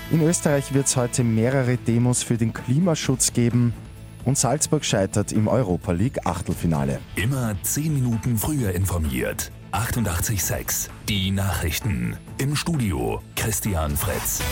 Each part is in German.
In Österreich wird es heute mehrere Demos für den Klimaschutz geben. Und Salzburg scheitert im Europa League Achtelfinale. Immer 10 Minuten früher informiert. 88,6. Die Nachrichten. Im Studio Christian Fritz.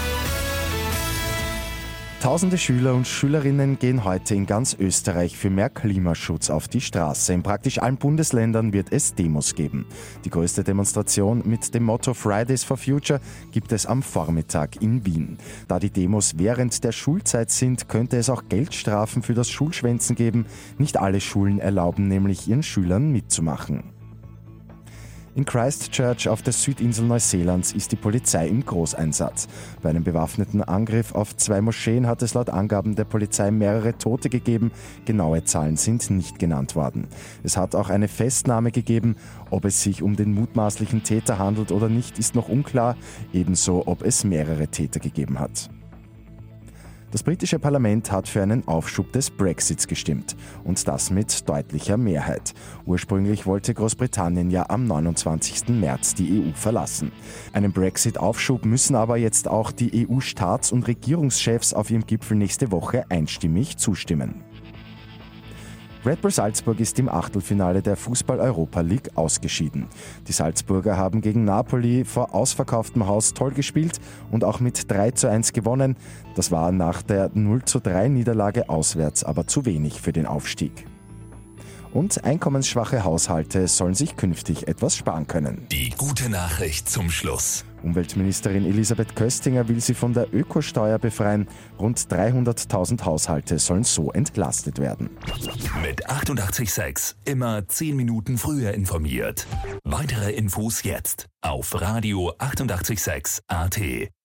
Tausende Schüler und Schülerinnen gehen heute in ganz Österreich für mehr Klimaschutz auf die Straße. In praktisch allen Bundesländern wird es Demos geben. Die größte Demonstration mit dem Motto Fridays for Future gibt es am Vormittag in Wien. Da die Demos während der Schulzeit sind, könnte es auch Geldstrafen für das Schulschwänzen geben. Nicht alle Schulen erlauben nämlich ihren Schülern mitzumachen. In Christchurch auf der Südinsel Neuseelands ist die Polizei im Großeinsatz. Bei einem bewaffneten Angriff auf 2 Moscheen hat es laut Angaben der Polizei mehrere Tote gegeben. Genaue Zahlen sind nicht genannt worden. Es hat auch eine Festnahme gegeben. Ob es sich um den mutmaßlichen Täter handelt oder nicht, ist noch unklar. Ebenso, ob es mehrere Täter gegeben hat. Das britische Parlament hat für einen Aufschub des Brexits gestimmt. Und das mit deutlicher Mehrheit. Ursprünglich wollte Großbritannien ja am 29. März die EU verlassen. Einem Brexit-Aufschub müssen aber jetzt auch die EU-Staats- und Regierungschefs auf ihrem Gipfel nächste Woche einstimmig zustimmen. Red Bull Salzburg ist im Achtelfinale der Fußball-Europa League ausgeschieden. Die Salzburger haben gegen Napoli vor ausverkauftem Haus toll gespielt und auch mit 3:1 gewonnen. Das war nach der 0:3 Niederlage auswärts aber zu wenig für den Aufstieg. Und einkommensschwache Haushalte sollen sich künftig etwas sparen können. Die gute Nachricht zum Schluss. Umweltministerin Elisabeth Köstinger will sie von der Ökosteuer befreien. Rund 300.000 Haushalte sollen so entlastet werden. Mit 88,6 immer 10 Minuten früher informiert. Weitere Infos jetzt auf Radio 88,6 AT.